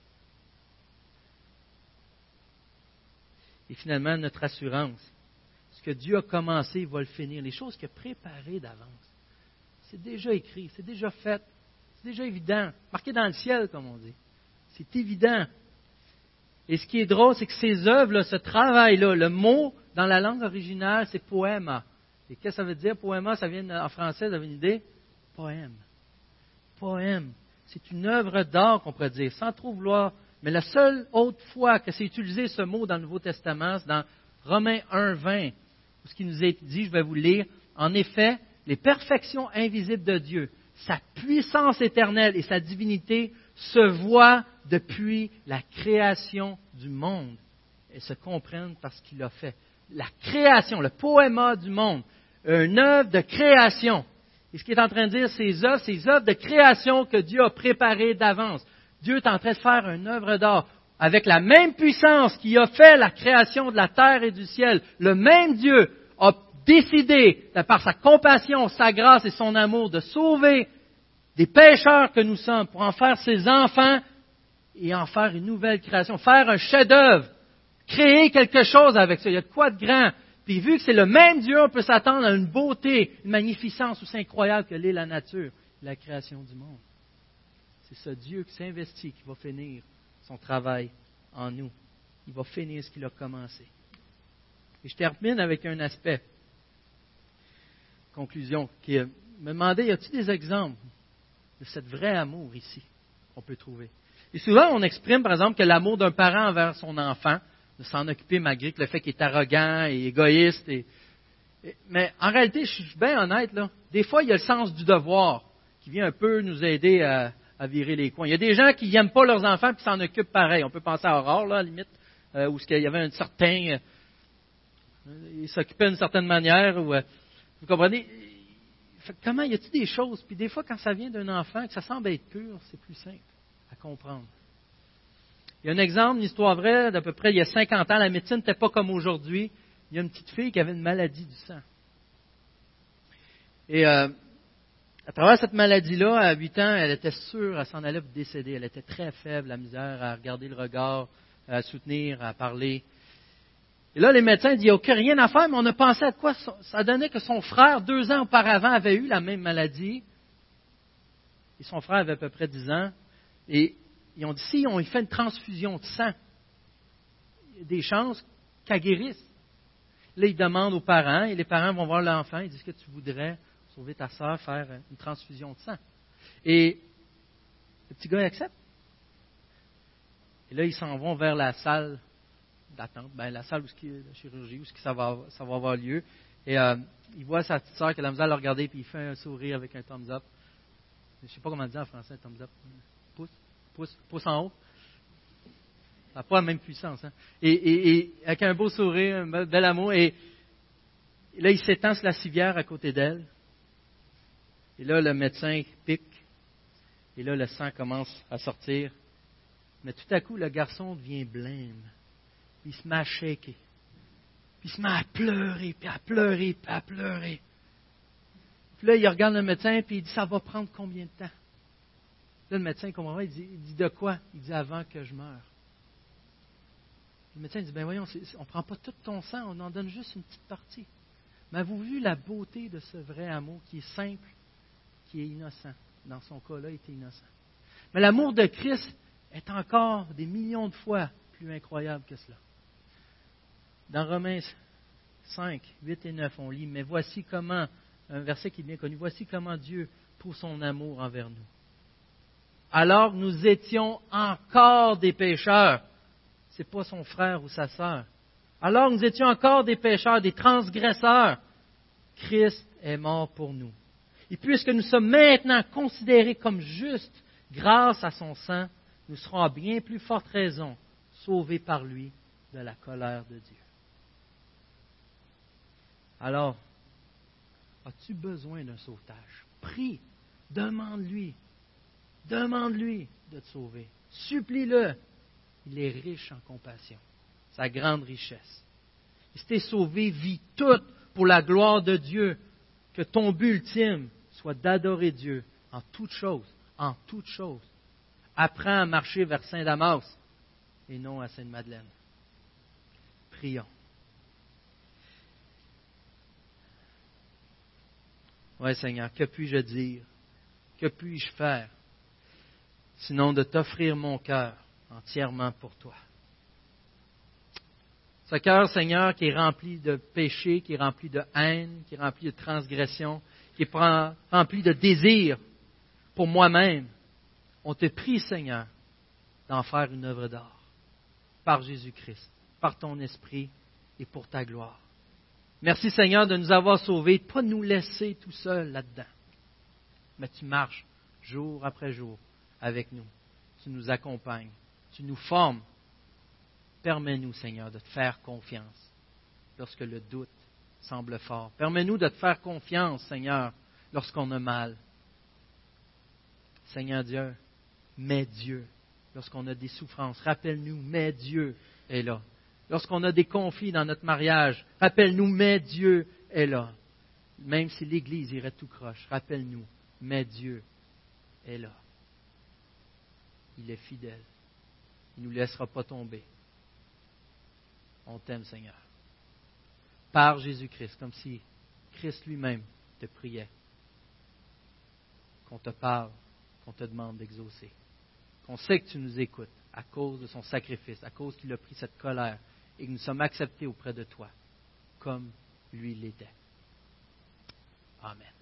Et finalement, notre assurance. Ce que Dieu a commencé, il va le finir. Les choses qu'il a préparées d'avance. C'est déjà écrit, c'est déjà fait, c'est déjà évident. Marqué dans le ciel, comme on dit. C'est évident. Et ce qui est drôle, c'est que ces œuvres-là, ce travail-là, le mot dans la langue originale, c'est poema. Et qu'est-ce que ça veut dire, poema? Ça vient en français, vous avez une idée? Poème. Poème. C'est une œuvre d'art, qu'on pourrait dire, sans trop vouloir. Mais la seule autre fois que c'est utilisé ce mot dans le Nouveau Testament, c'est dans Romains un, vingt, où ce qui nous est dit, je vais vous lire. En effet, les perfections invisibles de Dieu, sa puissance éternelle et sa divinité se voient depuis la création du monde et se comprennent par ce qu'il a fait. La création, le poéma du monde, une œuvre de création. Et ce qu'il est en train de dire, ces œuvres, ces œuvres de création que Dieu a préparées d'avance. Dieu est en train de faire une œuvre d'art avec la même puissance qui a fait la création de la terre et du ciel. Le même Dieu a décidé, par sa compassion, sa grâce et son amour, de sauver des pécheurs que nous sommes pour en faire ses enfants et en faire une nouvelle création, faire un chef-d'œuvre, créer quelque chose avec ça. Il y a de quoi de grand. Puis vu que c'est le même Dieu, on peut s'attendre à une beauté, une magnificence aussi incroyable que l'est la nature, la création du monde. C'est ce Dieu qui s'investit qui va finir son travail en nous. Il va finir ce qu'il a commencé. Et je termine avec un aspect, conclusion, qui me demandait, y a-t-il des exemples de ce vrai amour ici qu'on peut trouver? Et souvent, on exprime, par exemple, que l'amour d'un parent envers son enfant, de s'en occuper malgré le fait qu'il est arrogant et égoïste. Et, et, mais en réalité, je suis bien honnête, là, des fois, il y a le sens du devoir qui vient un peu nous aider à, à virer les coins. Il y a des gens qui n'aiment pas leurs enfants et qui s'en occupent pareil. On peut penser à Aurore, là, à la limite, euh, où il y avait un certain... Euh, il s'occupait d'une certaine manière. Où, euh, vous comprenez? Fait, comment y a-t-il des choses? Puis des fois, quand ça vient d'un enfant, que ça semble être pur, c'est plus simple à comprendre. Il y a un exemple, une histoire vraie, d'à peu près il y a cinquante ans, la médecine n'était pas comme aujourd'hui. Il y a une petite fille qui avait une maladie du sang. Et euh, à travers cette maladie-là, à huit ans, elle était sûre, elle s'en allait décéder. Elle était très faible, la misère, à regarder le regard, à soutenir, à parler. Et là, les médecins disent, il n'y a aucun rien à faire, mais on a pensé à quoi? Ça donnait que son frère, deux ans auparavant, avait eu la même maladie. Et son frère avait à peu près dix ans. Et ils ont dit, si on lui fait une transfusion de sang, il y a des chances qu'elle guérisse. Là, ils demandent aux parents, et les parents vont voir l'enfant, ils disent que tu voudrais sauver ta sœur, faire une transfusion de sang. Et le petit gars accepte. Et là, ils s'en vont vers la salle d'attente, ben, la salle où ce qui est la chirurgie, où ce qui ça va, ça va avoir lieu. Et euh, il voit sa petite sœur qui a la misère à le regarder, puis il fait un sourire avec un thumbs up. Je ne sais pas comment dire en français, thumbs up. Pouce, pouce, pouce en haut. Ça n'a pas la même puissance. Hein? Et, et, et avec un beau sourire, un bel amour. Et, et là, il s'étend sur la civière à côté d'elle. Et là, le médecin pique. Et là, le sang commence à sortir. Mais tout à coup, le garçon devient blême. Il se met à shaker. Puis il se met à pleurer, puis à pleurer, puis à pleurer. Puis là, il regarde le médecin, puis il dit, ça va prendre combien de temps? Là, le médecin comprend pas, il dit, il dit de quoi? Il dit, avant que je meure. Le médecin dit, ben voyons, on ne prend pas tout ton sang, on en donne juste une petite partie. Mais avez-vous vu la beauté de ce vrai amour qui est simple, qui est innocent? Dans son cas-là, il était innocent. Mais l'amour de Christ est encore des millions de fois plus incroyable que cela. Dans Romains cinq, huit et neuf, on lit, mais voici comment, un verset qui est bien connu, voici comment Dieu prouve son amour envers nous. Alors que nous étions encore des pécheurs, ce n'est pas son frère ou sa sœur. Alors que nous étions encore des pécheurs, des transgresseurs, Christ est mort pour nous. Et puisque nous sommes maintenant considérés comme justes grâce à son sang, nous serons à bien plus forte raison sauvés par lui de la colère de Dieu. Alors, as-tu besoin d'un sauvetage? Prie, demande-lui, demande-lui de te sauver. Supplie-le. Il est riche en compassion, sa grande richesse. Et si tu es sauvé, vis tout pour la gloire de Dieu, que ton but ultime soit d'adorer Dieu en toutes choses, en toutes choses. Apprends à marcher vers Saint-Damas et non à Sainte-Madeleine. Prions. Oui, Seigneur, que puis-je dire? Que puis-je faire? Sinon de t'offrir mon cœur entièrement pour toi. Ce cœur, Seigneur, qui est rempli de péché, qui est rempli de haine, qui est rempli de transgression, qui est rempli de désir pour moi-même. On te prie, Seigneur, d'en faire une œuvre d'art par Jésus-Christ, par ton Esprit et pour ta gloire. Merci, Seigneur, de nous avoir sauvés, de ne pas nous laisser tout seuls là-dedans. Mais tu marches jour après jour avec nous. Tu nous accompagnes. Tu nous formes. Permets-nous, Seigneur, de te faire confiance lorsque le doute semble fort. Permets-nous de te faire confiance, Seigneur, lorsqu'on a mal. Seigneur Dieu, mais Dieu, lorsqu'on a des souffrances, rappelle-nous, mais Dieu est là. Lorsqu'on a des conflits dans notre mariage, rappelle-nous, mais Dieu est là. Même si l'Église irait tout croche, rappelle-nous, mais Dieu est là. Il est fidèle. Il ne nous laissera pas tomber. On t'aime, Seigneur. Par Jésus-Christ, comme si Christ lui-même te priait. Qu'on te parle, qu'on te demande d'exaucer. Qu'on sait que tu nous écoutes à cause de son sacrifice, à cause qu'il a pris cette colère et que nous sommes acceptés auprès de toi, comme lui l'était. Amen.